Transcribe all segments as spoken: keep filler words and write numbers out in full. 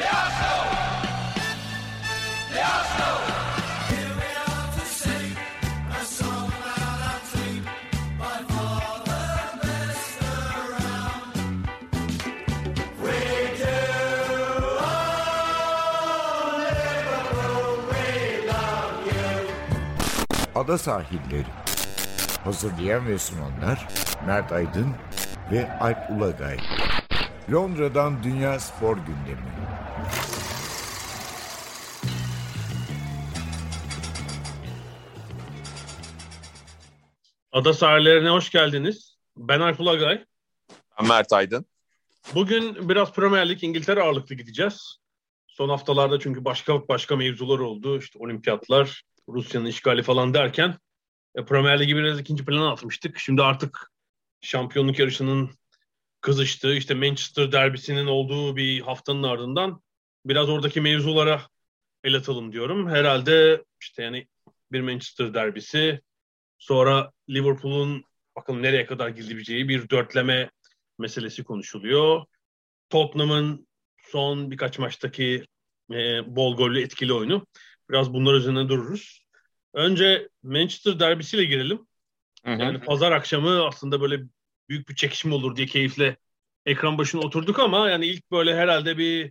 Ada Sahilleri. Hazırlayan ve sunanlar Mert Aydın ve Alp Ulagay. Londra'dan Dünya Spor Gündemi. Ada Sahillerine hoş geldiniz. Ben Alp Ulagay. Ben Mert Aydın. Bugün biraz Premier Lig, İngiltere ağırlıklı gideceğiz. Son haftalarda çünkü başka başka mevzular oldu. İşte olimpiyatlar, Rusya'nın işgali falan derken e, Premier Lig'i biraz ikinci plana atmıştık. Şimdi artık şampiyonluk yarışının kızıştığı, işte Manchester derbisinin olduğu bir haftanın ardından biraz oradaki mevzulara el atalım diyorum. Herhalde işte yani bir Manchester derbisi, sonra Liverpool'un bakalım nereye kadar gidebileceği bir dörtleme meselesi konuşuluyor. Tottenham'ın son birkaç maçtaki e, bol gollü etkili oyunu. Biraz bunlar üzerine dururuz. Önce Manchester derbisiyle girelim. Hı hı. Yani pazar akşamı aslında böyle büyük bir çekişme olur diye keyifle ekran başına oturduk ama yani ilk böyle herhalde bir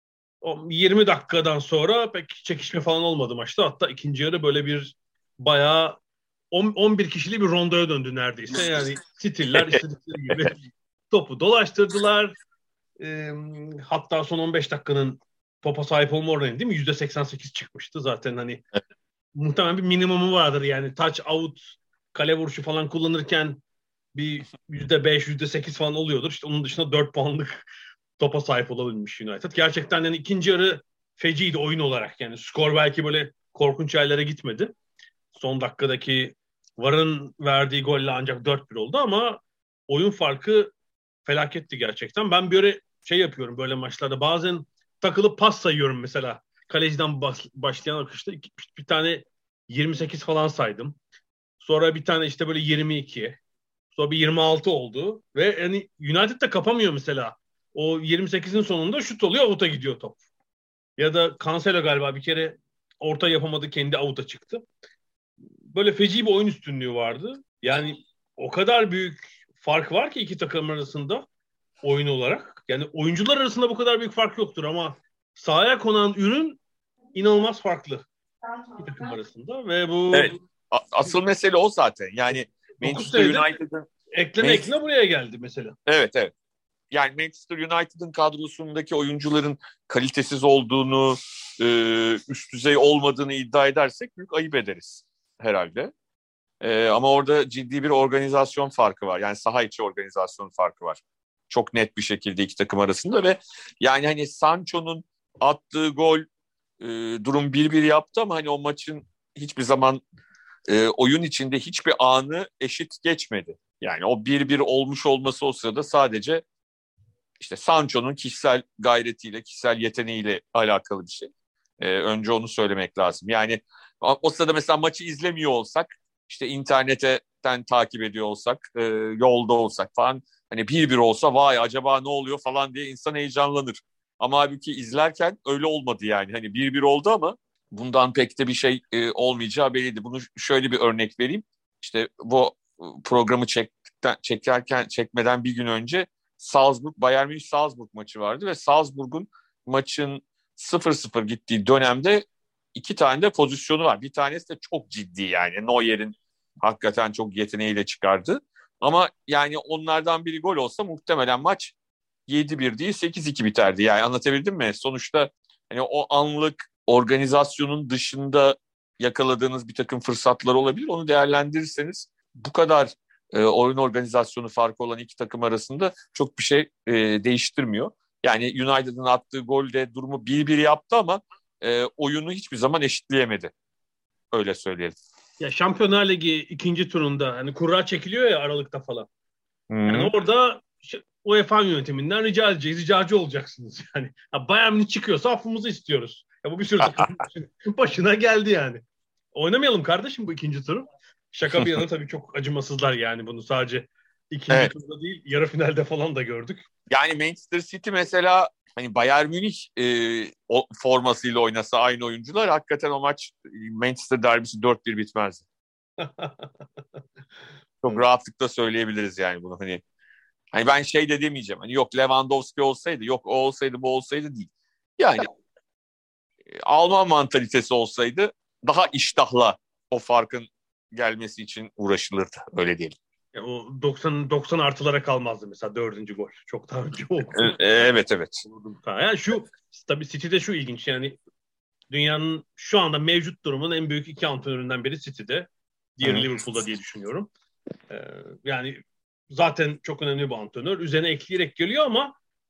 yirmi dakikadan sonra pek çekişme falan olmadı maçta. Hatta ikinci yarı böyle bir bayağı on bir kişili bir rondoya döndü neredeyse. Yani City'ler istedikleri gibi topu dolaştırdılar. E, hatta son on beş dakikanın topa sahip olma oranı değil mi? yüzde seksen sekiz çıkmıştı zaten hani. Muhtemelen bir minimumu vardır yani. Touch out, kale vuruşu falan kullanırken bir yüzde beş, yüzde sekiz falan oluyordur. İşte onun dışında dört puanlık topa sahip olabilmiş United. Gerçekten yani ikinci yarı feciydi oyun olarak. Yani skor belki böyle korkunç yerlere gitmedi. Son dakikadaki VAR'ın verdiği golle ancak dört bir oldu ama oyun farkı felaketti gerçekten. Ben böyle şey yapıyorum böyle maçlarda. Bazen takılıp pas sayıyorum mesela. Kaleciden bas, başlayan akışta iki, bir tane yirmi sekiz falan saydım. Sonra bir tane işte böyle yirmi iki. Sonra bir yirmi altı oldu. Ve yani United de kapamıyor mesela. O yirmi sekizin sonunda şut oluyor, out'a gidiyor top. Ya da Cancelo galiba bir kere orta yapamadı, kendi out'a çıktı. Böyle feci bir oyun üstünlüğü vardı. Yani o kadar büyük fark var ki iki takım arasında oyun olarak. Yani oyuncular arasında bu kadar büyük fark yoktur ama sahaya konan ürün inanılmaz farklı iki takım arasında ve bu evet, asıl mesele o zaten. Yani Manchester United'ın ekleme Man- ekleme buraya geldi mesela. Evet evet. Yani Manchester United'ın kadrosundaki oyuncuların kalitesiz olduğunu, üst düzey olmadığını iddia edersek büyük ayıp ederiz herhalde. Ama orada ciddi bir organizasyon farkı var. Yani saha içi organizasyon farkı var. Çok net bir şekilde iki takım arasında ve yani hani Sancho'nun attığı gol e, durum bir bir yaptı ama hani o maçın hiçbir zaman e, oyun içinde hiçbir anı eşit geçmedi. Yani o bir bir olmuş olması o sırada sadece işte Sancho'nun kişisel gayretiyle, kişisel yeteneğiyle alakalı bir şey. E, önce onu söylemek lazım. Yani o, o sırada mesela maçı izlemiyor olsak, işte internetten takip ediyor olsak, e, yolda olsak falan hani bir bir olsa vay acaba ne oluyor falan diye insan heyecanlanır. Ama halbuki izlerken öyle olmadı yani. Hani bir bir oldu ama bundan pek de bir şey e, olmayacağı belliydi. Bunu şöyle bir örnek vereyim. İşte bu programı çektikten, çekerken çekmeden bir gün önce Salzburg, Bayern Münih Salzburg maçı vardı ve Salzburg'un maçın sıfır sıfır gittiği dönemde iki tane de pozisyonu var. Bir tanesi de çok ciddi yani. Neuer'in hakikaten çok yeteneğiyle çıkardı. Ama yani onlardan biri gol olsa muhtemelen maç yedi bir değil sekiz iki biterdi. Yani anlatabildim mi? Sonuçta hani o anlık organizasyonun dışında yakaladığınız bir takım fırsatlar olabilir. Onu değerlendirirseniz bu kadar e, oyun organizasyonu farkı olan iki takım arasında çok bir şey e, değiştirmiyor. Yani United'ın attığı gol de durumu bir bir yaptı ama e, oyunu hiçbir zaman eşitleyemedi. Öyle söyleyelim. Ya Şampiyonlar Ligi ikinci turunda hani kura çekiliyor ya Aralık'ta falan. Hmm. Yani orada UEFA yönetiminden rica edeceğiz. Ricacı olacaksınız yani. Ya Bayern Münih çıkıyorsa affımızı istiyoruz. Ya bu bir sürü takımın başına geldi yani. Oynamayalım kardeşim bu ikinci turu. Şaka bir yana tabii çok acımasızlar yani bunu sadece ikinci evet. turda değil yarı finalde falan da gördük. Yani Manchester City mesela hani Bayern Münih e, o formasıyla oynasa aynı oyuncular hakikaten o maç Manchester derbisi dört bir bitmezdi. Çok Evet. rahatlıkla söyleyebiliriz yani bunu. Hani hani ben şey de demeyeceğim. Hani yok Lewandowski olsaydı, yok o olsaydı, bu olsaydı değil. Yani e, Alman mantalitesi olsaydı daha iştahla o farkın gelmesi için uğraşılırdı. Öyle diyelim. Ya o doksan doksan artılara kalmazdı mesela dördüncü gol. Çok daha önce E, oldu. e, evet evet. Yani şu tabii City'de şu ilginç yani dünyanın şu anda mevcut durumunun en büyük iki antrenöründen biri City'de. Diğeri Hı. Liverpool'da diye düşünüyorum. Ee, yani zaten çok önemli bir antrenör. Üzerine ekleyerek geliyor ama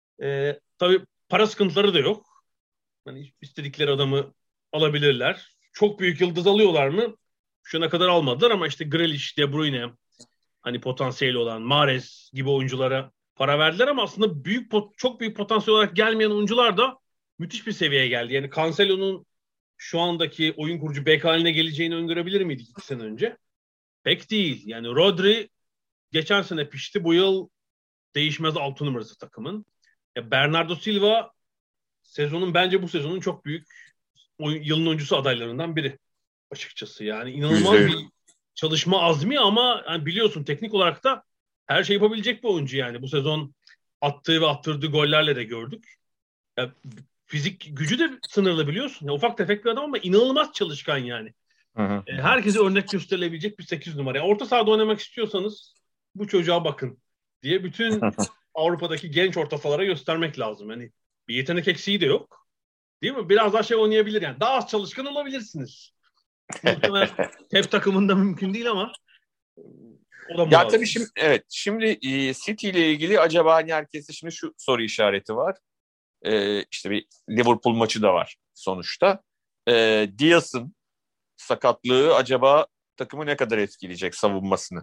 e, tabii para sıkıntıları da yok. Hani istedikleri adamı alabilirler. Çok büyük yıldız alıyorlar mı? Şuna kadar almadılar ama işte Grealish, De Bruyne, hani potansiyeli olan Mahrez gibi oyunculara para verdiler ama aslında büyük çok büyük potansiyel olarak gelmeyen oyuncular da müthiş bir seviyeye geldi. Yani Cancelo'nun şu andaki oyun kurucu bek haline geleceğini öngörebilir miydik iki sene önce? Pek değil. Yani Rodri geçen sene pişti. Bu yıl değişmez altı numarası takımın. Ya Bernardo Silva sezonun bence bu sezonun çok büyük oyun, yılın oyuncusu adaylarından biri açıkçası. Yani inanılmaz Yüzde bir çalışma azmi ama yani biliyorsun teknik olarak da her şey yapabilecek bir oyuncu yani. Bu sezon attığı ve attırdığı gollerle de gördük. Ya, fizik gücü de sınırlı biliyorsun. Ya, ufak tefek bir adam ama inanılmaz çalışkan yani. Hı hı. E, herkese örnek gösterilebilecek bir sekiz numara. Yani orta sahada oynamak istiyorsanız bu çocuğa bakın diye bütün Avrupa'daki genç orta sahalara göstermek lazım. Yani bir yetenek eksiği de yok. Değil mi? Biraz daha şey oynayabilir yani. Daha az çalışkan olabilirsiniz. Muhtemelen hep takımında mümkün değil ama o da Ya muazzam. tabii şimdi evet şimdi e, City ile ilgili acaba hani herkeste şimdi şu soru işareti var. E, işte bir Liverpool maçı da var sonuçta. E, Diaz'ın sakatlığı acaba takımı ne kadar etkileyecek savunmasını?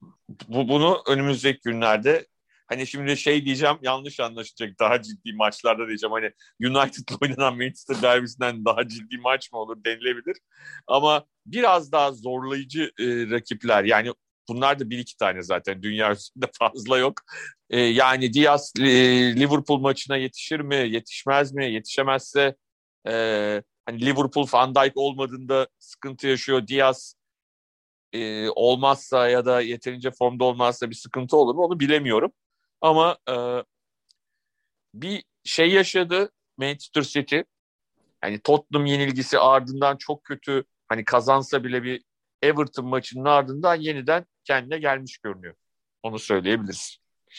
Bu, bunu önümüzdeki günlerde hani şimdi şey diyeceğim yanlış anlaşılacak daha ciddi maçlarda diyeceğim hani United'la oynanan Manchester derbisinden daha ciddi maç mı olur denilebilir. Ama biraz daha zorlayıcı e, rakipler yani bunlar da bir iki tane zaten dünya üstünde fazla yok. E, yani Diaz e, Liverpool maçına yetişir mi yetişmez mi yetişemezse e, hani Liverpool Van Dijk olmadığında sıkıntı yaşıyor Diaz e, olmazsa ya da yeterince formda olmazsa bir sıkıntı olur mu onu bilemiyorum. Ama e, bir şey yaşadı Manchester City. Yani Tottenham yenilgisi ardından çok kötü hani kazansa bile bir Everton maçının ardından yeniden kendine gelmiş görünüyor. Onu söyleyebiliriz.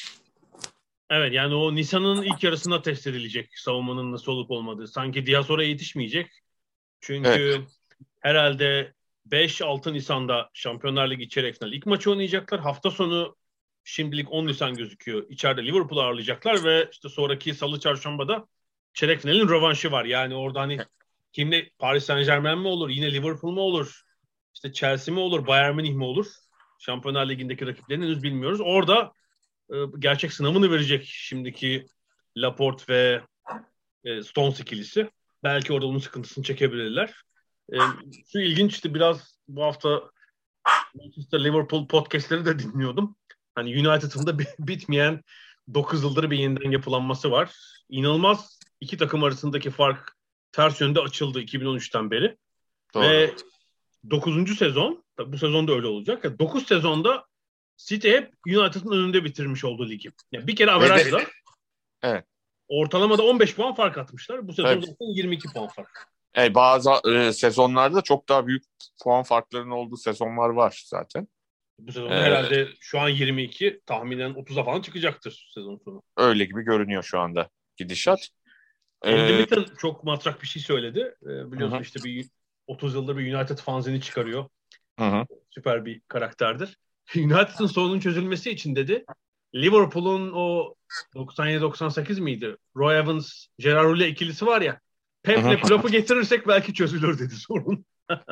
Evet yani o Nisan'ın ilk yarısında test edilecek savunmanın nasıl olup olmadığı. Sanki Diaz oraya yetişmeyecek. Çünkü Evet. herhalde beş altı Nisan'da Şampiyonlar Ligi çeyrek final ilk maçı oynayacaklar. Hafta sonu şimdilik on Nisan gözüküyor. İçeride Liverpool'u ağırlayacaklar ve işte sonraki Salı Çarşamba'da çeyrek finalin rövanşı var. Yani orada hani kimle Paris Saint-Germain mi olur, yine Liverpool mu olur, işte Chelsea mi olur, Bayern Münih mi olur? Şampiyonlar Ligi'ndeki rakiplerini henüz bilmiyoruz. Orada e, gerçek sınavını verecek şimdiki Laporte ve e, Stones ikilisi. Belki orada onun sıkıntısını çekebilirler. E, şu ilginçti biraz bu hafta Manchester Liverpool podcastleri de dinliyordum. Hani United'ın da bitmeyen dokuz yıldır bir yeniden yapılanması var. İnanılmaz iki takım arasındaki fark ters yönde açıldı iki bin on üçten beri. Doğru. Ve dokuzuncu sezon, bu sezon da öyle olacak. dokuz sezonda City hep United'ın önünde bitirmiş oldu ligi. Yani bir kere averajla evet. ortalamada on beş puan fark atmışlar. Bu sezon Evet. yirmi iki puan fark. Evet, bazı e, sezonlarda çok daha büyük puan farklarının olduğu sezonlar var zaten. Bu sezonda Ee, herhalde şu an yirmi iki, tahminen otuza falan çıkacaktır sezon sonu. Öyle gibi görünüyor şu anda gidişat. Andy Ee, Mitten çok matrak bir şey söyledi. Ee, biliyorsun hı. işte bir otuz yıldır bir United fanzini çıkarıyor. Hı hı. Süper bir karakterdir. United'ın sorunun çözülmesi için dedi. Liverpool'un o doksan yedi doksan sekiz miydi? Roy Evans, Gerard Houllier ikilisi var ya. Pep'le Klopp'u getirirsek belki çözülür dedi sorun.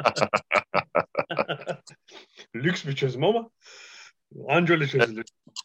Lüks bir çözüm ama anca öyle çözülür.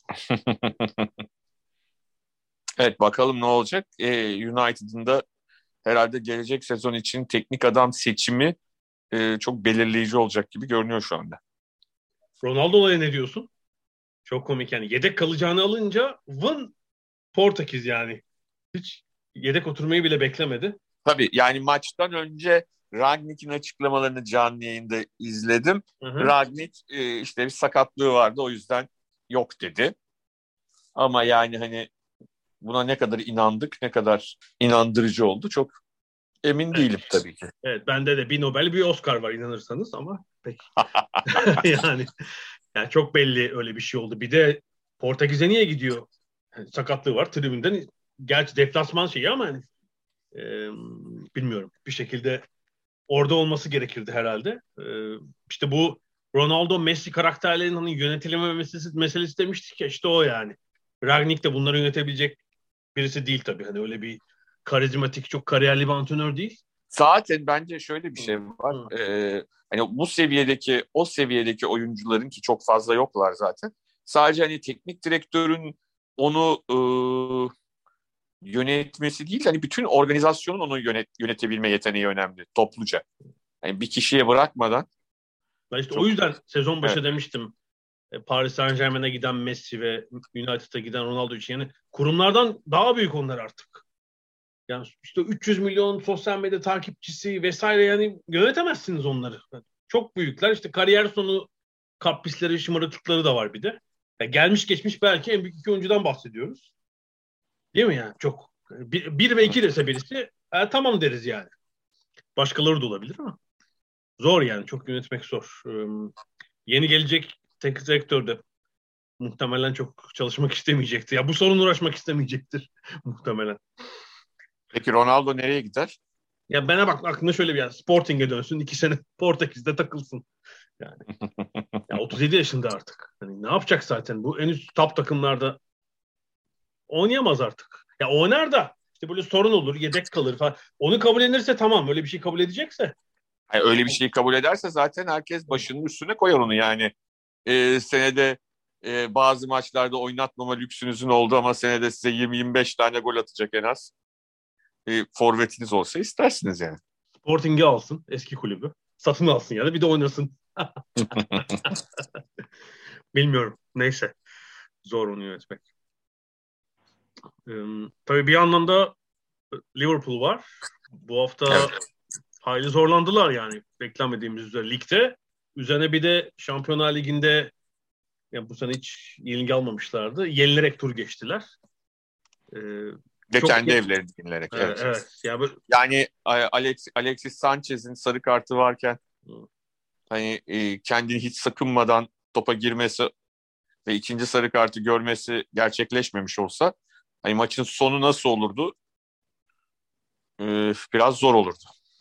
Evet bakalım ne olacak. Ee, United'ın da herhalde gelecek sezon için teknik adam seçimi e, çok belirleyici olacak gibi görünüyor şu anda. Ronaldo'ya ne diyorsun? Çok komik yani. Yedek kalacağını alınca vın Portekiz yani. Hiç yedek oturmayı bile beklemedi. Tabii yani maçtan önce Rangnick'in açıklamalarını canlı yayında izledim. Hı hı. Rangnick e, işte bir sakatlığı vardı, o yüzden yok dedi. Ama yani hani buna ne kadar inandık, ne kadar inandırıcı oldu çok emin Evet. değilim tabii ki. Evet, bende de bir Nobel bir Oscar var inanırsanız ama pek yani, yani çok belli öyle bir şey oldu. Bir de Portekiz'e niye gidiyor? Yani sakatlığı var tribünden. Gerçi deplasman şeyi ama hani, e, bilmiyorum. Bir şekilde orada olması gerekirdi herhalde. E, işte bu Ronaldo, Messi karakterlerinin hani yönetilme meselesi, meselesi demiştik ya, işte o yani. Rangnick de bunları yönetebilecek birisi değil tabii. Hani öyle bir karizmatik, çok kariyerli bir antrenör değil. Zaten bence şöyle bir şey var. Hı. Ee, hani bu seviyedeki, o seviyedeki oyuncuların, ki çok fazla yoklar zaten. Sadece hani teknik direktörün onu e, yönetmesi değil, hani bütün organizasyonun onu yönet, yönetebilme yeteneği önemli, topluca. Yani bir kişiye bırakmadan. Ben işte o Çok, yüzden sezon başı evet. demiştim. e, Paris Saint-Germain'e giden Messi ve United'a giden Ronaldo için, yani kurumlardan daha büyük onlar artık. Yani işte üç yüz milyon sosyal medya takipçisi vesaire, yani yönetemezsiniz onları. Çok büyükler. İşte kariyer sonu kaprisleri, şımarıklıkları da var bir de. Ya gelmiş geçmiş belki en büyük iki oyuncudan bahsediyoruz. Değil mi yani? Çok. Bir, bir ve iki dese birisi e, tamam deriz yani. Başkaları da olabilir ama zor yani. Çok yönetmek zor. Ee, yeni gelecek teknik direktör de muhtemelen çok çalışmak istemeyecektir. Ya bu sorunla uğraşmak istemeyecektir muhtemelen. Peki Ronaldo nereye gider? Ya bana bak, aklına şöyle bir yer. Sporting'e dönsün. iki sene Portekiz'de takılsın. Yani. Ya otuz yedi yaşında artık. Hani ne yapacak zaten? Bu en üst top takımlarda oynayamaz artık. Ya oynar da işte böyle sorun olur, yedek kalır falan. Onu kabul edilirse tamam. Öyle bir şey kabul edecekse. Yani öyle bir şeyi kabul ederse zaten herkes başının üstüne koyar onu yani. Ee, senede e, bazı maçlarda oynatmama lüksünüzün oldu ama senede size yirmi yirmi beş tane gol atacak en az. E, forvetiniz olsa istersiniz yani. Sporting'i alsın, eski kulübü. Satın alsın ya da bir de oynasın. Bilmiyorum. Neyse. Zor onu yönetmek. Ee, tabii bir yandan da Liverpool var. Bu hafta Evet. hayli zorlandılar yani. Beklenmediğimiz üzere ligde. Üzerine bir de Şampiyonlar Ligi'nde, yani bu sene hiç yenilgi almamışlardı. Yenilerek tur geçtiler. Ee, Ve çok kendi geç... evlerini dinlenerek. Evet. Evet. evet. Ya böyle... Yani Alex, Alexis Sanchez'in sarı kartı varken hani e, kendini hiç sakınmadan topa girmesi ve ikinci sarı kartı görmesi gerçekleşmemiş olsa hani maçın sonu nasıl olurdu? Ee, biraz zor olurdu.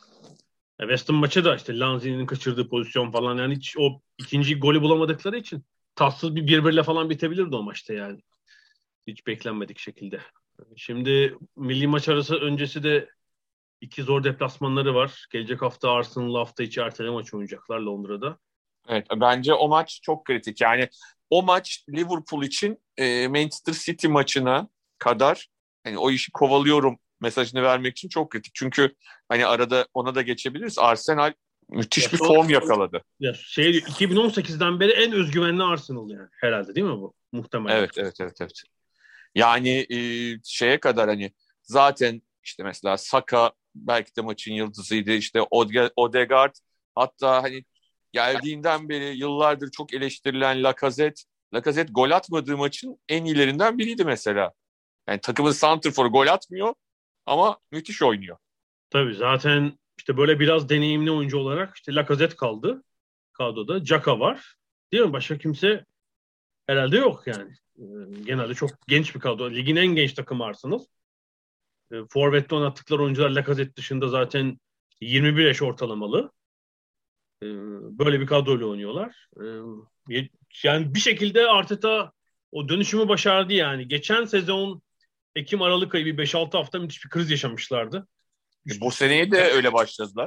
West Ham maçı da işte Lanzini'nin kaçırdığı pozisyon falan, yani hiç o ikinci golü bulamadıkları için tatsız bir bir birle falan bitebilirdi o maçta yani. Hiç beklenmedik şekilde. Şimdi milli maç arası öncesi de iki zor deplasmanları var. Gelecek hafta Arsenal'la hafta içi erteleme maçı oynayacaklar Londra'da. Evet, bence o maç çok kritik. Yani o maç Liverpool için e, Manchester City maçına kadar hani o işi kovalıyorum mesajını vermek için çok kritik. Çünkü hani arada ona da geçebiliriz. Arsenal müthiş Ya bir son, form yakaladı. ya şey diyor, iki bin on sekizden beri en özgüvenli Arsenal yani herhalde, değil mi bu? Muhtemelen. Evet, evet, evet, evet. Yani e, şeye kadar hani zaten işte mesela Saka belki de maçın yıldızıydı. İşte Ode- Odegaard, hatta hani geldiğinden beri yıllardır çok eleştirilen Lacazette. Lacazette gol atmadığı maçın en iyilerinden biriydi mesela. Yani takımın santrforu gol atmıyor ama müthiş oynuyor. Tabii zaten işte böyle biraz deneyimli oyuncu olarak işte Lacazette kaldı kadroda. Xhaka var. Değil mi? Başka kimse herhalde yok yani. Ee, genelde çok genç bir kadro. Ligin en genç takımı Arsenal. Ee, Forvet'te oynattıkları oyuncular Lacazette dışında zaten yirmi bir yaş ortalamalı. Ee, böyle bir kadroyla oynuyorlar. Ee, yani bir şekilde Arteta o dönüşümü başardı yani. Geçen sezon Ekim Aralık ayı bir beş altı hafta müthiş bir kriz yaşamışlardı. E, Üst bu üste. seneye de öyle başladılar.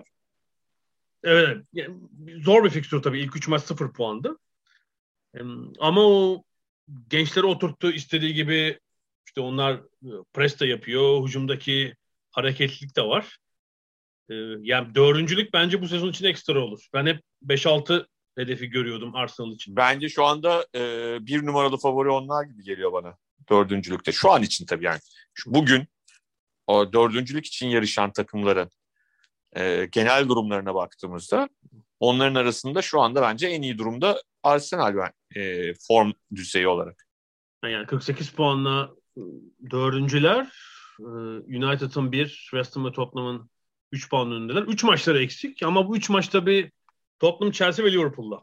Evet. Yani zor bir fikstür tabii. İlk üç maç sıfır puandı. Ee, ama o gençleri oturttu istediği gibi, işte onlar e, pres de yapıyor. Hücumdaki hareketlilik de var. Ee, yani dördüncülük bence bu sezon için ekstra olur. Ben hep beş altı hedefi görüyordum Arsenal için. Bence şu anda e, bir numaralı favori onlar gibi geliyor bana dördüncülükte. Şu an için tabii yani. Şu, bugün o dördüncülük için yarışan takımların e, genel durumlarına baktığımızda onların arasında şu anda bence en iyi durumda Arsenal ben, e, form düzeyi olarak. Yani kırk sekiz puanla dördüncüler, United'ın bir, West Ham ve Tottenham'ın üç puan önündeler. üç maçları eksik ama bu üç maçta bir Tottenham, Chelsea ve Liverpool'la.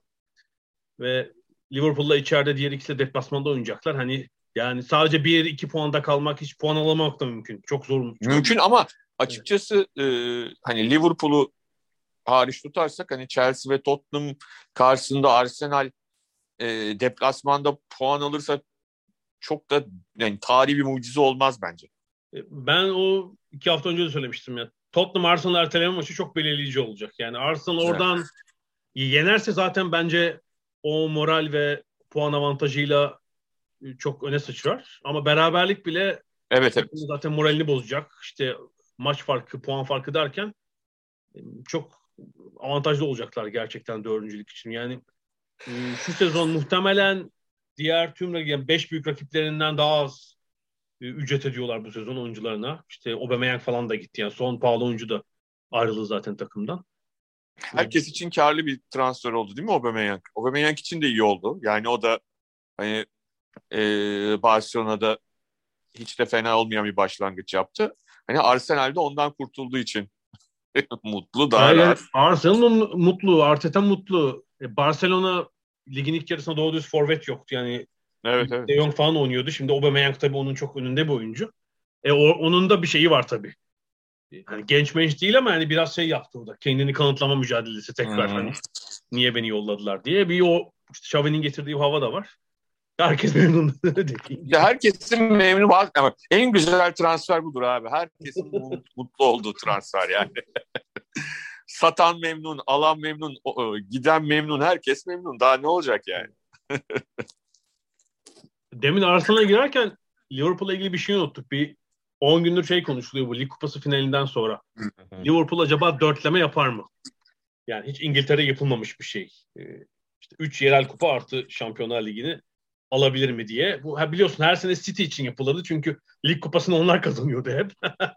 Ve Liverpool'la içeride, diğer ikisi de deplasmanda oynayacaklar. Hani yani sadece bir iki puanda kalmak, hiç puan alamamak da mümkün. Çok zor. Mümkün ama açıkçası evet. e, hani Liverpool'u hariç tutarsak hani Chelsea ve Tottenham karşısında Arsenal e, deplasmanda puan alırsa çok da yani tarihi bir mucize olmaz bence. Ben o iki hafta önce de söylemiştim ya. Tottenham Arsenal erteleme maçı çok belirleyici olacak. Yani Arsenal oradan evet. yenerse zaten bence o moral ve puan avantajıyla çok öne sıçrar. Ama beraberlik bile evet, evet. zaten moralini bozacak. İşte maç farkı, puan farkı derken çok avantajlı olacaklar gerçekten dördüncülük için. Yani şu sezon muhtemelen diğer tüm yani beş büyük rakiplerinden daha az ücret ediyorlar bu sezon oyuncularına. İşte Aubameyang falan da gitti. Yani son pahalı oyuncu da ayrıldı zaten takımdan. Herkes için karlı bir transfer oldu değil mi Aubameyang? Aubameyang için de iyi oldu. Yani o da hani e, Barcelona'da hiç de fena olmayan bir başlangıç yaptı. Hani Arsenal'de ondan kurtulduğu için mutlu, daha Aynen. rahat. Arsenal mutlu, Arteta mutlu. E, Barcelona ligin ilk yarısında doğru düz forvet yoktu. Yani evet, evet. De Jong falan oynuyordu. Şimdi Aubameyang tabii onun çok önünde bir oyuncu. E, o, onun da bir şeyi var tabii. Hani genç menç değil ama yani biraz şey yaptı o da. Kendini kanıtlama mücadelesi tekrar. Hmm. Hani niye beni yolladılar diye. Bir o işte Xavi'nin getirdiği hava da var. Herkes memnun. Herkesin memnun. Ama en güzel transfer budur abi. Herkesin mutlu olduğu transfer yani. Satan memnun, alan memnun, giden memnun, herkes memnun. Daha ne olacak yani? Demin Arsenal'a girerken Liverpool'la ilgili bir şey unuttuk. Bir on gündür şey konuşuluyor bu Lig Kupası finalinden sonra. Liverpool acaba dörtleme yapar mı? Yani hiç İngiltere yapılmamış bir şey. Ee, işte üç yerel kupa artı Şampiyonlar Ligi'ni alabilir mi diye. Bu ha biliyorsun her sene City için yapılırdı çünkü Lig Kupası'nı onlar kazanıyordu hep.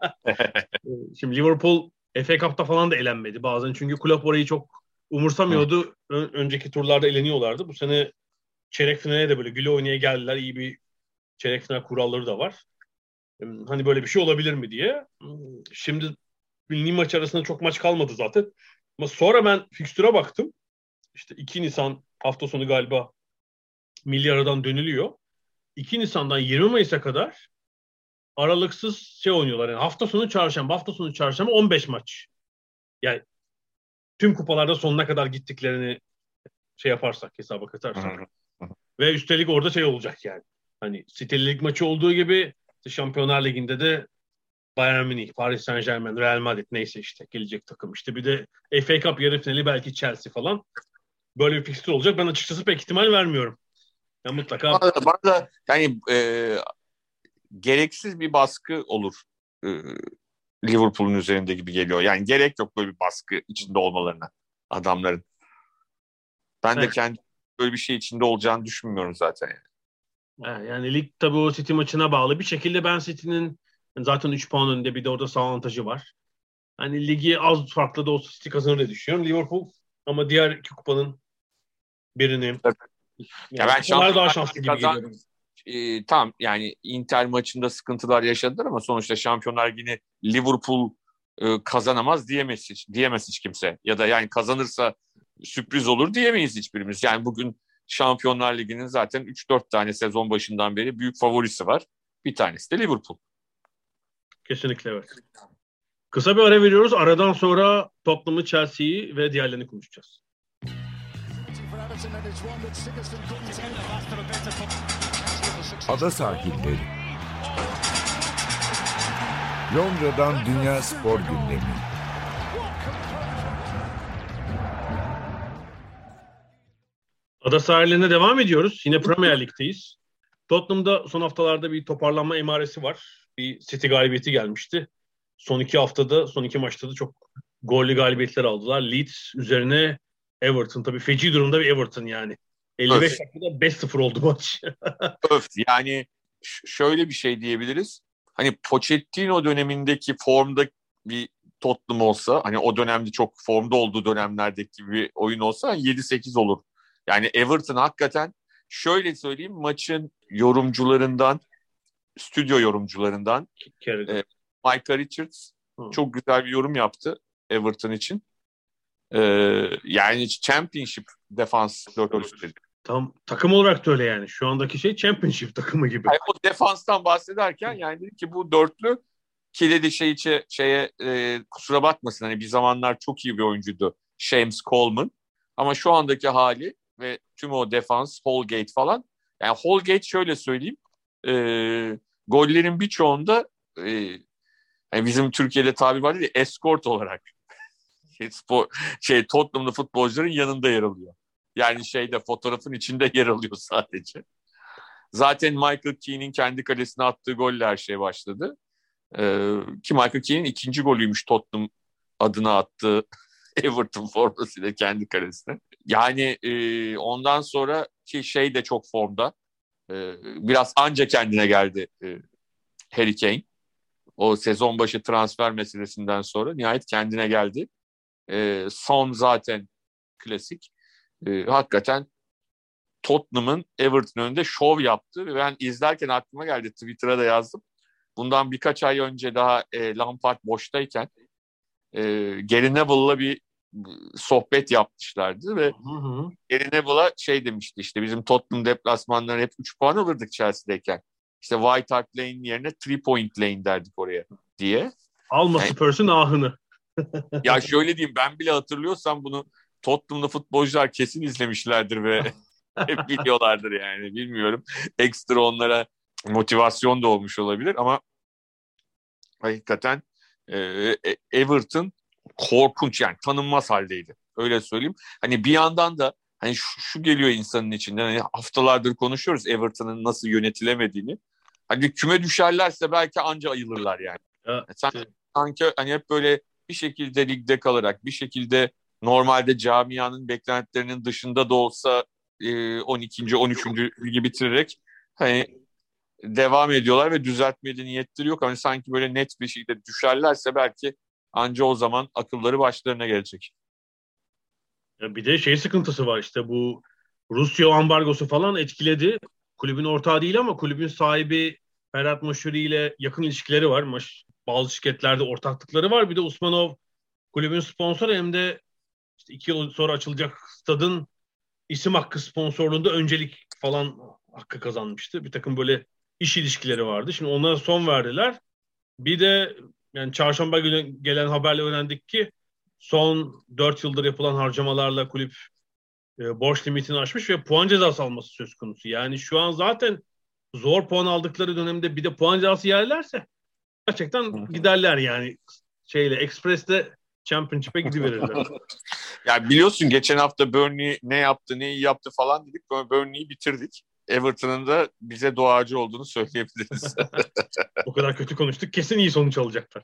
Şimdi Liverpool F A Cup'ta falan da elenmedi bazen çünkü kulüp orayı çok umursamıyordu. Ö- önceki turlarda eleniyorlardı. Bu sene çeyrek finale de böyle güle oynaya geldiler. İyi bir çeyrek final kuralları da var. Hani böyle bir şey olabilir mi diye. Şimdi milli maç arasında çok maç kalmadı zaten. Ama sonra ben fikstüre baktım. İşte iki Nisan hafta sonu galiba milli aradan dönülüyor. iki Nisan'dan yirmi Mayıs'a kadar aralıksız şey oynuyorlar. Yani hafta sonu çarşamba, hafta sonu çarşamba on beş maç. Yani tüm kupalarda sonuna kadar gittiklerini şey yaparsak, hesaba katarsak. Ve üstelik orada şey olacak yani. Hani City Lig maçı olduğu gibi Şampiyonlar Ligi'nde de Bayern Münih, Paris Saint-Germain, Real Madrid neyse işte gelecek takım. İşte bir de F A Cup yarı finali belki Chelsea falan. Böyle bir fikstür olacak. Ben açıkçası pek ihtimal vermiyorum. Yani mutlaka. Bana da, bana da yani e, gereksiz bir baskı olur e, Liverpool'un üzerinde gibi geliyor. Yani gerek yok böyle bir baskı içinde olmalarına adamların. Ben evet. de kendi böyle bir şey içinde olacağını düşünmüyorum zaten. Yani, yani lig tabii o City maçına bağlı. Bir şekilde ben City'nin zaten üç puan önünde bir de orada sağ avantajı var. Hani ligi az farklı da olsa City kazanır diye düşünüyorum. Liverpool ama diğer iki kupanın birini yani ya ben şampiyonlar daha şanslı gibi kazan... geliyorum. E, tamam yani Inter maçında sıkıntılar yaşadılar ama sonuçta Şampiyonlar Ligi'ni Liverpool e, kazanamaz diyemez hiç, diyemez hiç kimse. Ya da yani kazanırsa sürpriz olur diyemeyiz hiçbirimiz. Yani bugün Şampiyonlar Ligi'nin zaten üç dört tane sezon başından beri büyük favorisi var. Bir tanesi de Liverpool. Kesinlikle evet. Kısa bir ara veriyoruz. Aradan sonra Tottenham'ı, Chelsea'yi ve diğerlerini konuşacağız. Ada sahilleri. Londra'dan Dünya Spor Gündemi. Ada sahillerine devam ediyoruz. Yine Premier Lig'teyiz. Tottenham'da son haftalarda bir toparlanma emaresi var. Bir City galibiyeti gelmişti. Son iki haftada, son iki maçta da çok gollü galibiyetler aldılar. Leeds üzerine Everton. Tabii feci durumda bir Everton yani. elli beş dakikada beş sıfır oldu maç. Öf. Yani ş- şöyle bir şey diyebiliriz. hani Pochettino dönemindeki formda bir Tottenham olsa, hani o dönemde çok formda olduğu dönemlerdeki bir oyun olsa yedi sekiz olur. Yani Everton hakikaten şöyle söyleyeyim, maçın yorumcularından, stüdyo yorumcularından e, Micah Richards Hı. çok güzel bir yorum yaptı Everton için. E, yani Championship defans dörtlüsü dedi. Tam takım olarak da öyle yani. Şu andaki şey Championship takımı gibi. Yani o defanstan bahsederken yani dedi ki bu dörtlü kilidi şey içe, şeye e, kusura bakmasın, hani bir zamanlar çok iyi bir oyuncuydu James Coleman. Ama şu andaki hali ve tüm o defans, Holgate falan. Yani Holgate şöyle söyleyeyim. E, gollerin birçoğunda e, yani bizim Türkiye'de tabir var ya, escort olarak şey, spor, şey Tottenham'lı futbolcuların yanında yer alıyor. Yani şeyde fotoğrafın içinde yer alıyor sadece. Zaten Michael Keane'in kendi kalesine attığı golle her şey başladı. Ee, ki Michael Keane'in ikinci golüymüş Tottenham adına attığı Everton formasıyla kendi kalesine. Yani e, ondan sonra ki şey de çok formda. E, biraz anca kendine geldi e, Harry Kane. O sezon başı transfer meselesinden sonra nihayet kendine geldi. E, Son zaten klasik. E, hakikaten Tottenham'ın Everton önünde şov yaptı ve ben izlerken aklıma geldi, Twitter'a da yazdım. Bundan birkaç ay önce daha e, Lampard boştayken e, Gary Neville'la bir sohbet yapmışlardı ve hı hı. Gary Neville'a şey demişti, işte bizim Tottenham deplasmanlarına hep üç puan alırdık Chelsea'deyken. İşte White Hart Lane yerine three point lane derdik oraya diye. Alma yani, Spurs'un ahını. Ya şöyle diyeyim, ben bile hatırlıyorsam bunu Tottenham'da futbolcular kesin izlemişlerdir ve hep biliyorlardır yani, bilmiyorum. Ekstra onlara motivasyon da olmuş olabilir ama hakikaten e, Everton korkunç, yani tanınmaz haldeydi. Öyle söyleyeyim. Hani bir yandan da hani şu, şu geliyor insanın içinden, hani haftalardır konuşuyoruz Everton'ın nasıl yönetilemediğini. Hani küme düşerlerse belki anca ayılırlar yani. Ya, Sen şey... sanki hani hep böyle bir şekilde ligde kalarak, bir şekilde normalde camianın beklentilerinin dışında da olsa e, on ikinci on üçüncü ligi bitirerek hani devam ediyorlar ve düzeltmeye niyetleri yok. Hani sanki böyle net bir şekilde düşerlerse belki anca o zaman akılları başlarına gelecek. Ya bir de şey sıkıntısı var, işte bu Rusya ambargosu falan etkiledi. Kulübün ortağı değil ama kulübün sahibi Ferhat Maşuri ile yakın ilişkileri var. Bazı şirketlerde ortaklıkları var. Bir de Usmanov kulübün sponsoru, hem de işte iki yıl sonra açılacak stadın isim hakkı sponsorluğunda öncelik falan hakkı kazanmıştı. Bir takım böyle iş ilişkileri vardı. Şimdi onlara son verdiler. Bir de yani çarşamba günü gelen haberle öğrendik ki son dört yıldır yapılan harcamalarla kulüp e, borç limitini aşmış ve puan cezası alması söz konusu. Yani şu an zaten zor puan aldıkları dönemde bir de puan cezası yerlerse gerçekten giderler yani. Şeyle Express'te Championship'e gidiverirler. Ya biliyorsun geçen hafta Burnley ne yaptı, ne iyi yaptı falan dedik. Burnley'i bitirdik. Everton'ın da bize doğacı olduğunu söyleyebiliriz. O kadar kötü konuştuk. Kesin iyi sonuç alacaklar.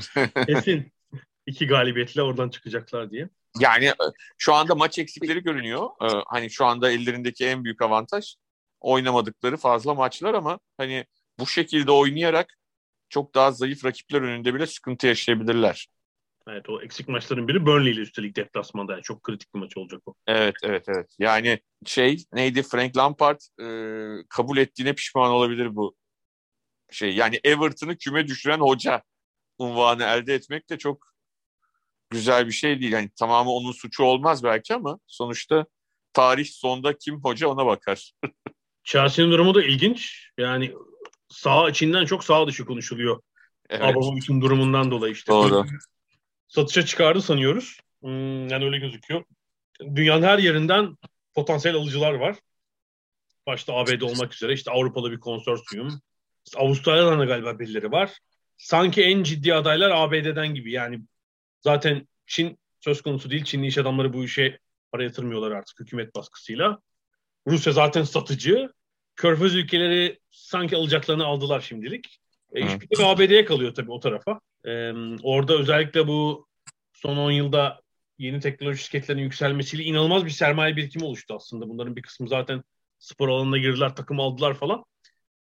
Kesin. İki galibiyetle oradan çıkacaklar diye. Yani şu anda maç eksikleri görünüyor. Ee, hani şu anda ellerindeki en büyük avantaj oynamadıkları fazla maçlar ama hani bu şekilde oynayarak çok daha zayıf rakipler önünde bile sıkıntı yaşayabilirler. Evet, o eksik maçların biri Burnley ile üstelik deplasmanda. Yani çok kritik bir maç olacak o. Evet, evet, evet. Yani şey neydi, Frank Lampard e, kabul ettiğine pişman olabilir bu şey. Yani Everton'ı küme düşüren hoca unvanı elde etmek de çok güzel bir şey değil. Yani tamamı onun suçu olmaz belki ama sonuçta tarih sonda kim hoca ona bakar. Chelsea'nin durumu da ilginç. Yani sağ içinden çok sağ dışı konuşuluyor. Evet. Abramovich'in durumundan dolayı işte. Doğru. Satışa çıkardı sanıyoruz. Hmm, yani öyle gözüküyor. Dünyanın her yerinden potansiyel alıcılar var. Başta A B D olmak üzere işte Avrupalı bir konsorsiyum. İşte Avustralya'dan da galiba birileri var. Sanki en ciddi adaylar A B D'den gibi. Yani zaten Çin söz konusu değil. Çinli iş adamları bu işe para yatırmıyorlar artık hükümet baskısıyla. Rusya zaten satıcı. Körfez ülkeleri sanki alacaklarını aldılar şimdilik. E, iş bir tek A B D'ye kalıyor tabii o tarafa. Ee, orada özellikle bu son on yılda yeni teknoloji şirketlerinin yükselmesiyle inanılmaz bir sermaye birikimi oluştu aslında. Bunların bir kısmı zaten spor alanına girdiler, takım aldılar falan.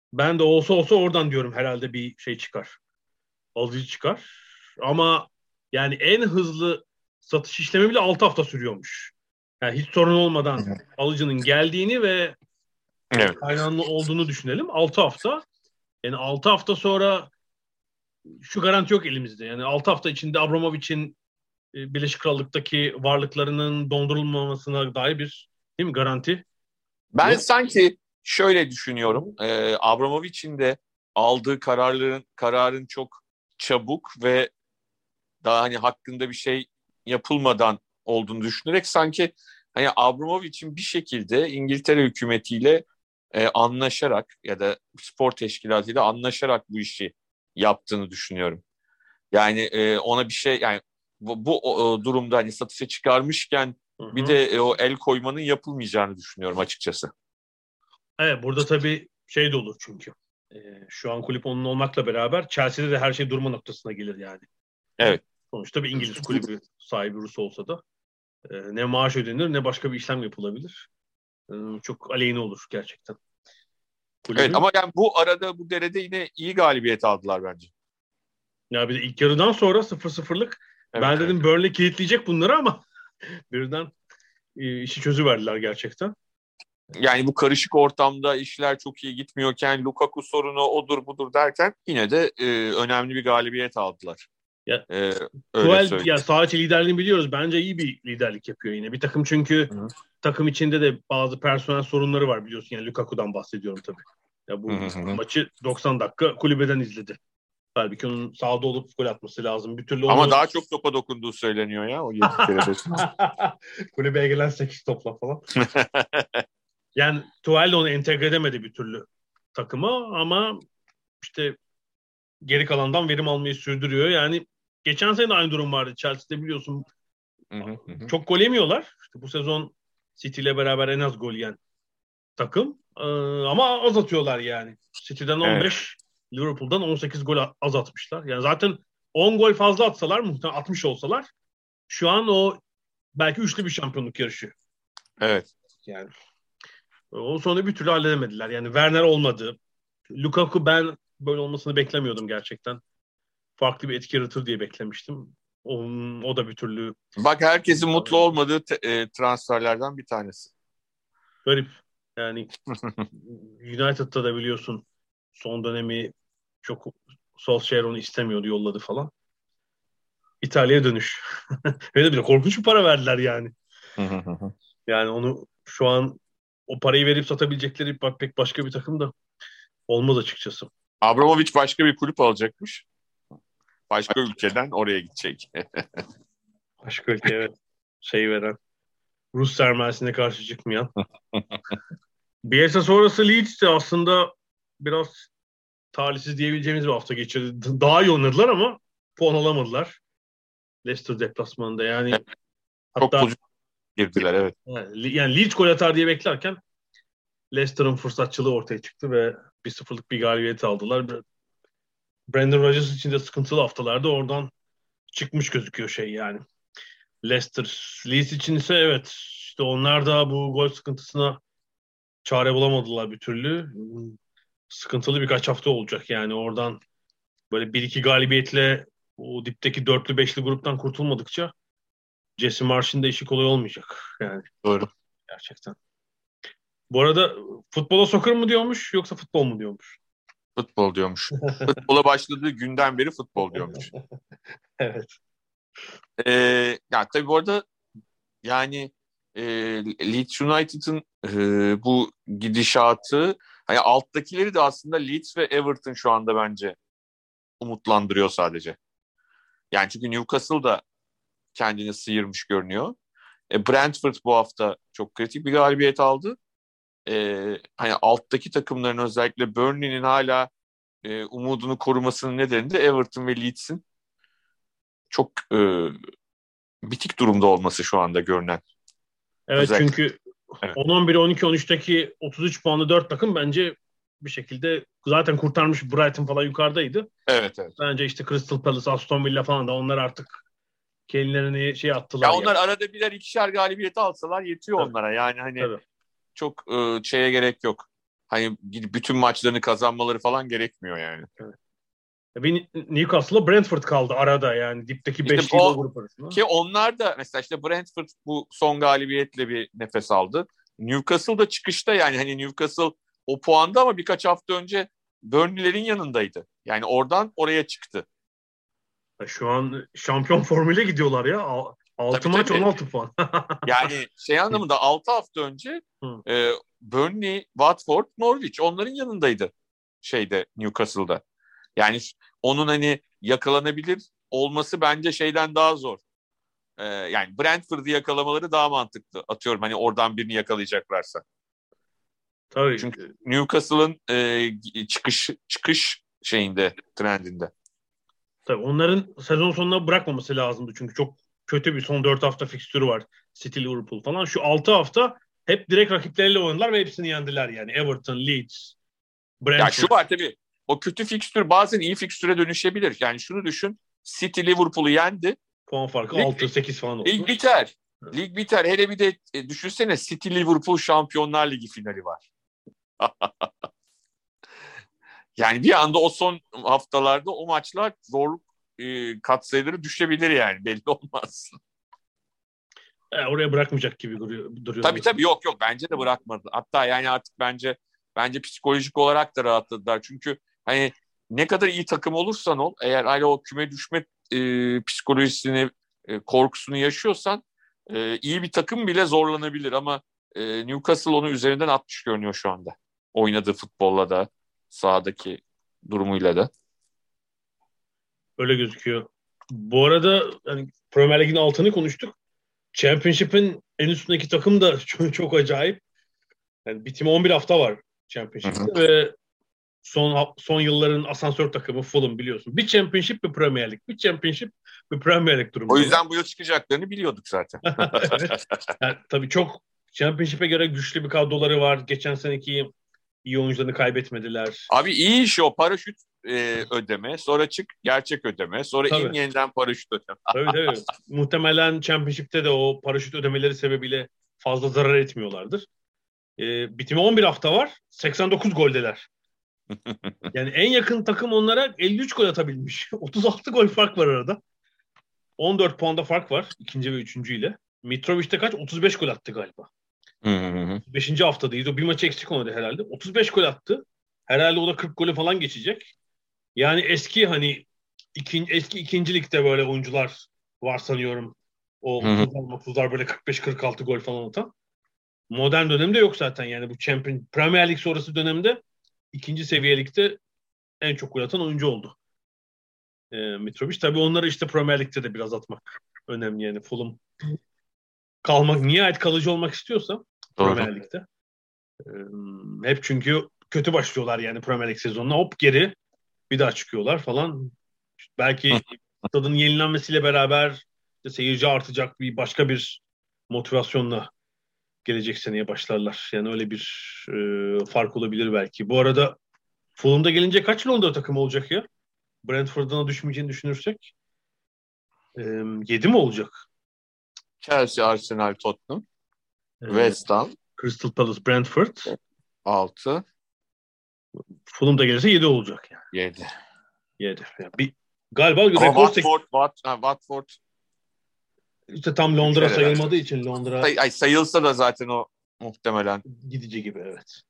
Ben de olsa olsa oradan diyorum herhalde bir şey çıkar. Alıcı çıkar. Ama yani en hızlı satış işlemi bile altı hafta sürüyormuş. Yani hiç sorun olmadan alıcının geldiğini ve Evet. kaynağının olduğunu düşünelim. altı hafta. Yani altı hafta sonra şu garanti yok elimizde. Yani altı hafta içinde Abramovich'in e, Birleşik Krallık'taki varlıklarının dondurulmamasına dair bir, değil mi, garanti? Ben Yok. sanki şöyle düşünüyorum. E, Abramovich'in de aldığı kararların kararın çok çabuk ve daha hani hakkında bir şey yapılmadan olduğunu düşünerek sanki hani Abramovich'in bir şekilde İngiltere hükümetiyle e, anlaşarak ya da spor teşkilatıyla anlaşarak bu işi yaptığını düşünüyorum. Yani e, ona bir şey yani bu, bu o, durumda hani satışa çıkarmışken Hı hı. bir de e, o el koymanın yapılmayacağını düşünüyorum açıkçası. Evet, burada tabii şey de olur çünkü. E, şu an kulüp onun olmakla beraber Chelsea'de de her şey durma noktasına gelir yani. Evet. Sonuçta bir İngiliz kulübü sahibi Rus olsa da e, ne maaş ödenir ne başka bir işlem yapılabilir. E, çok aleyhine olur gerçekten. Kulübün. Evet ama yani bu arada bu derede yine iyi galibiyet aldılar bence. Ya bir de ilk yarıdan sonra sıfır sıfırlık Evet, ben evet. dedim Burnley kilitleyecek bunları ama birden e, işi çözüverdiler gerçekten. Yani bu karışık ortamda işler çok iyi gitmiyorken Lukaku sorunu odur budur derken yine de e, önemli bir galibiyet aldılar. Ya, e, öyle Tuchel, söyleyeyim. ya saha içi liderliğini biliyoruz. Bence iyi bir liderlik yapıyor yine. Bir takım çünkü Hı-hı. takım içinde de bazı personel sorunları var biliyorsun. Yani Lukaku'dan bahsediyorum tabii. Ya bu Hı-hı. maçı doksan dakika kulübeden izledi. Halbuki onun sahada olup gol atması lazım. Bir türlü Ama onu... daha çok topa dokunduğu söyleniyor ya o yedi kere beş. Kulübeye gelen sekiz topla falan. Yani Tuchel de onu entegre edemedi bir türlü takıma ama işte geri kalandan verim almayı sürdürüyor. Yani geçen sene de aynı durum vardı. Chelsea'de biliyorsun çok gol yemiyorlar. İşte bu sezon City ile beraber en az gol yiyen takım. Ee, ama az atıyorlar yani. City'den on beş, evet. Liverpool'dan on sekiz gol az atmışlar. Yani zaten on gol fazla atsalar, muhtemelen altmış olsalar şu an o belki üçlü bir şampiyonluk yarışı. Evet. Yani o sonra bir türlü halledemediler. Yani Werner olmadı. Lukaku ben böyle olmasını beklemiyordum gerçekten. Farklı bir etki yaratır diye beklemiştim. O, o da bir türlü... Bak herkesin mutlu olmadığı te- e, transferlerden bir tanesi. Garip. Yani United'da da biliyorsun son dönemi çok Solskjaer onu istemiyordu, yolladı falan. İtalya'ya dönüş. Ve de bir de korkunç bir para verdiler yani. Yani onu şu an o parayı verip satabilecekleri pek başka bir takım da olmaz açıkçası. Abramovich başka bir kulüp alacakmış. Başka ülkeden oraya gidecek. Başka ülke, evet. Şey veren. Rus sermayesine karşı çıkmayan. Bielsa sonrası Leeds de aslında biraz talihsiz diyebileceğimiz bir hafta geçirdi. Daha iyi oynadılar ama puan alamadılar. Leicester deplasmanında yani. Çok Hatta pozitif girdiler, evet. yani Leeds gol atar diye beklerken Leicester'ın fırsatçılığı ortaya çıktı ve bir sıfırlık bir galibiyet aldılar. Brendan Rodgers için de sıkıntılı haftalarda oradan çıkmış gözüküyor şey yani. Leicester, Leeds için ise evet işte onlar da bu gol sıkıntısına çare bulamadılar bir türlü. Sıkıntılı birkaç hafta olacak yani oradan böyle bir iki galibiyetle o dipteki dörtlü beşli gruptan kurtulmadıkça Jesse Marsh'ın da işi kolay olmayacak yani. Doğru. Gerçekten. Bu arada futbola soccer mı diyormuş yoksa futbol mu diyormuş? Futbol diyormuş. Futbola başladığı günden beri futbol diyormuş. Evet. Ee, ya tabii bu arada yani e, Leeds United'ın e, bu gidişatı hani alttakileri de aslında Leeds ve Everton şu anda bence umutlandırıyor sadece. Yani çünkü Newcastle da kendini sıyırmış görünüyor. E, Brentford bu hafta çok kritik bir galibiyet aldı. E, hani alttaki takımların özellikle Burnley'nin hala e, umudunu korumasının nedeni de Everton ve Leeds'in çok e, bitik durumda olması şu anda görünen. Evet özellikle. Çünkü evet. on on bir on iki on üçteki otuz üç puanlı dört takım bence bir şekilde zaten kurtarmış. Brighton falan yukarıdaydı. Evet evet. Bence işte Crystal Palace, Aston Villa falan da onlar artık kendilerini şey attılar. Ya onlar yani. arada birer ikişer galibiyeti alsalar yetiyor Tabii. onlara. Yani hani Tabii. çok e, şeye gerek yok. hani gidip bütün maçlarını kazanmaları falan gerekmiyor yani. Evet. Bir Newcastle'la Brentford kaldı arada yani dipteki İşte beşliyle o, grup arasında. ki onlar da mesela işte Brentford bu son galibiyetle bir nefes aldı. Newcastle da çıkışta yani hani Newcastle o puanda ama birkaç hafta önce Burnley'lerin yanındaydı. Yani oradan oraya çıktı. Şu an şampiyon formüle gidiyorlar ya. altı Tabii, maç tabii. on altı puan. Yani şey anlamında altı hafta önce e, Burnley, Watford, Norwich onların yanındaydı şeyde Newcastle'da. Yani onun hani yakalanabilir olması bence şeyden daha zor. E, yani Brentford'u yakalamaları daha mantıklı. Atıyorum hani oradan birini yakalayacaklarsa. Tabii. Çünkü Newcastle'ın e, çıkış çıkış şeyinde, trendinde. Tabii onların sezon sonuna bırakmaması lazımdı çünkü çok kötü bir son dört hafta fikstürü var. City, Liverpool falan. Şu altı hafta hep direkt rakipleriyle oynadılar ve hepsini yendiler yani. Everton, Leeds, Brentford. Ya şu var tabii. O kötü fikstür bazen iyi fikstüre dönüşebilir. Yani şunu düşün. City Liverpool'u yendi. Puan farkı Lig, altı sekiz falan oldu. Lig biter. Lig biter. Hele bir de e, düşünsene City Liverpool Şampiyonlar Ligi finali var. Yani bir anda o son haftalarda o maçlar zorluk e, katsayıları düşebilir yani. Belli olmaz. E, oraya bırakmayacak gibi duruyor. duruyor Tabii tabii yok yok. Bence de bırakmadı. Hatta yani artık bence bence psikolojik olarak da rahatladılar. Çünkü hani ne kadar iyi takım olursan ol, eğer hala o küme düşme e, psikolojisini, e, korkusunu yaşıyorsan e, iyi bir takım bile zorlanabilir. Ama e, Newcastle onu üzerinden atmış görünüyor şu anda. Oynadığı futbolla da, sahadaki durumuyla da. Öyle gözüküyor. Bu arada hani Premier Lig'in altını konuştuk. Championship'in en üstündeki takım da çok, çok acayip. Yani bitimi on bir hafta var Championship'te ve son son yılların asansör takımı Fulham biliyorsun. Bir Championship, bir Premier Lig. Bir Championship, bir Premier Lig durumu. O yüzden bu yıl çıkacaklarını biliyorduk zaten. Evet. Yani, tabii çok Championship'e göre güçlü bir kadroları var. Geçen seneki iyi oyuncularını kaybetmediler. Abi iyi iş o. Paraşüt e, ödeme, sonra çık gerçek ödeme, sonra Tabii. in yeniden paraşüt ödeme. Tabii tabii. Muhtemelen Championship'te de o paraşüt ödemeleri sebebiyle fazla zarar etmiyorlardır. Ee, bitimi on bir hafta var. seksen dokuz goldeler. Yani en yakın takım onlara elli üç gol atabilmiş. otuz altı gol fark var arada. on dört puanda fark var ikinci ve üçüncü ile. Mitrovic'te kaç? otuz beş gol attı galiba. beşinci haftadayız. O bir maçı eksik oynadı herhalde. otuz beş gol attı. Herhalde o da kırk golü falan geçecek. Yani eski hani ikinci, eski ikinci ligde böyle oyuncular var sanıyorum. O otuzlar otuzlar böyle kırk beş kırk altı gol falan atan. Modern dönemde yok zaten yani bu Champion Premier Lig sonrası dönemde ikinci seviyelikte en çok gol atan oyuncu oldu. E, Mitrovic. Tabii onları işte Premier Lig'de de biraz atmak önemli yani. Fulham kalmak, nihayet kalıcı olmak istiyorsa Premier Lig'de. E, hep çünkü kötü başlıyorlar yani Premier Lig sezonuna. Hop geri bir daha çıkıyorlar falan. Belki stadın yenilenmesiyle beraber işte seyirci artacak bir başka bir motivasyonla gelecek seneye başlarlar. Yani öyle bir e, fark olabilir belki. Bu arada Fulham'da gelince kaç Londra takımı olacak ya? Brentford'dan düşmeyeceğini düşünürsek. E, yedi mi olacak? Chelsea, Arsenal, Tottenham, E, West Ham, Crystal Palace, Brentford. altı. Fulham'da gelirse yedi olacak yani. yedi. yedi. Yani bir, galiba Ama rekor Watford, Wat, ha, Watford işte tam Londra sayılmadığı için Londra Say, ay, sayılsa da zaten o muhtemelen gidici gibi evet.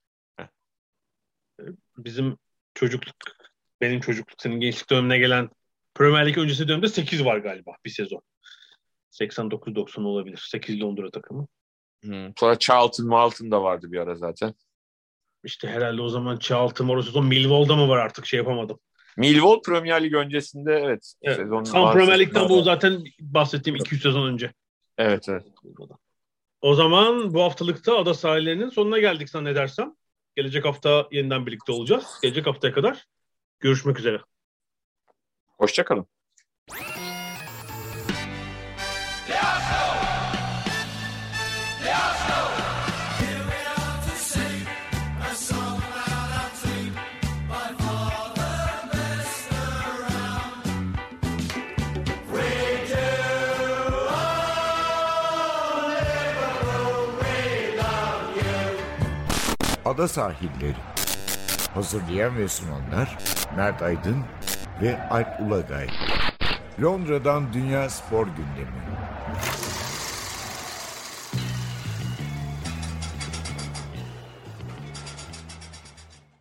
Bizim çocukluk, benim çocukluk, senin gençlik dönemine gelen Premier Lig öncesi dönemde sekiz var galiba bir sezon. seksen dokuz doksan olabilir. sekiz Londra takımı. Hmm. Sonra Charlton, Malton da vardı bir ara zaten. İşte herhalde o zaman Charlton var. O sezon Millwall'da mı var artık şey yapamadım. Millwall Premier Lig öncesinde evet. evet. Tam Premier Lig'den bu zaten bahsettiğim iki yüz sezon önce. Evet evet. O zaman bu haftalıkta ada sahillerinin sonuna geldik zannedersem. Gelecek hafta yeniden birlikte olacağız. Gelecek haftaya kadar görüşmek üzere. Hoşça kalın. Ada Sahilleri. Hazırlayan ve sunanlar Mert Aydın ve Alp Ulagay. Londra'dan Dünya Spor Gündemi.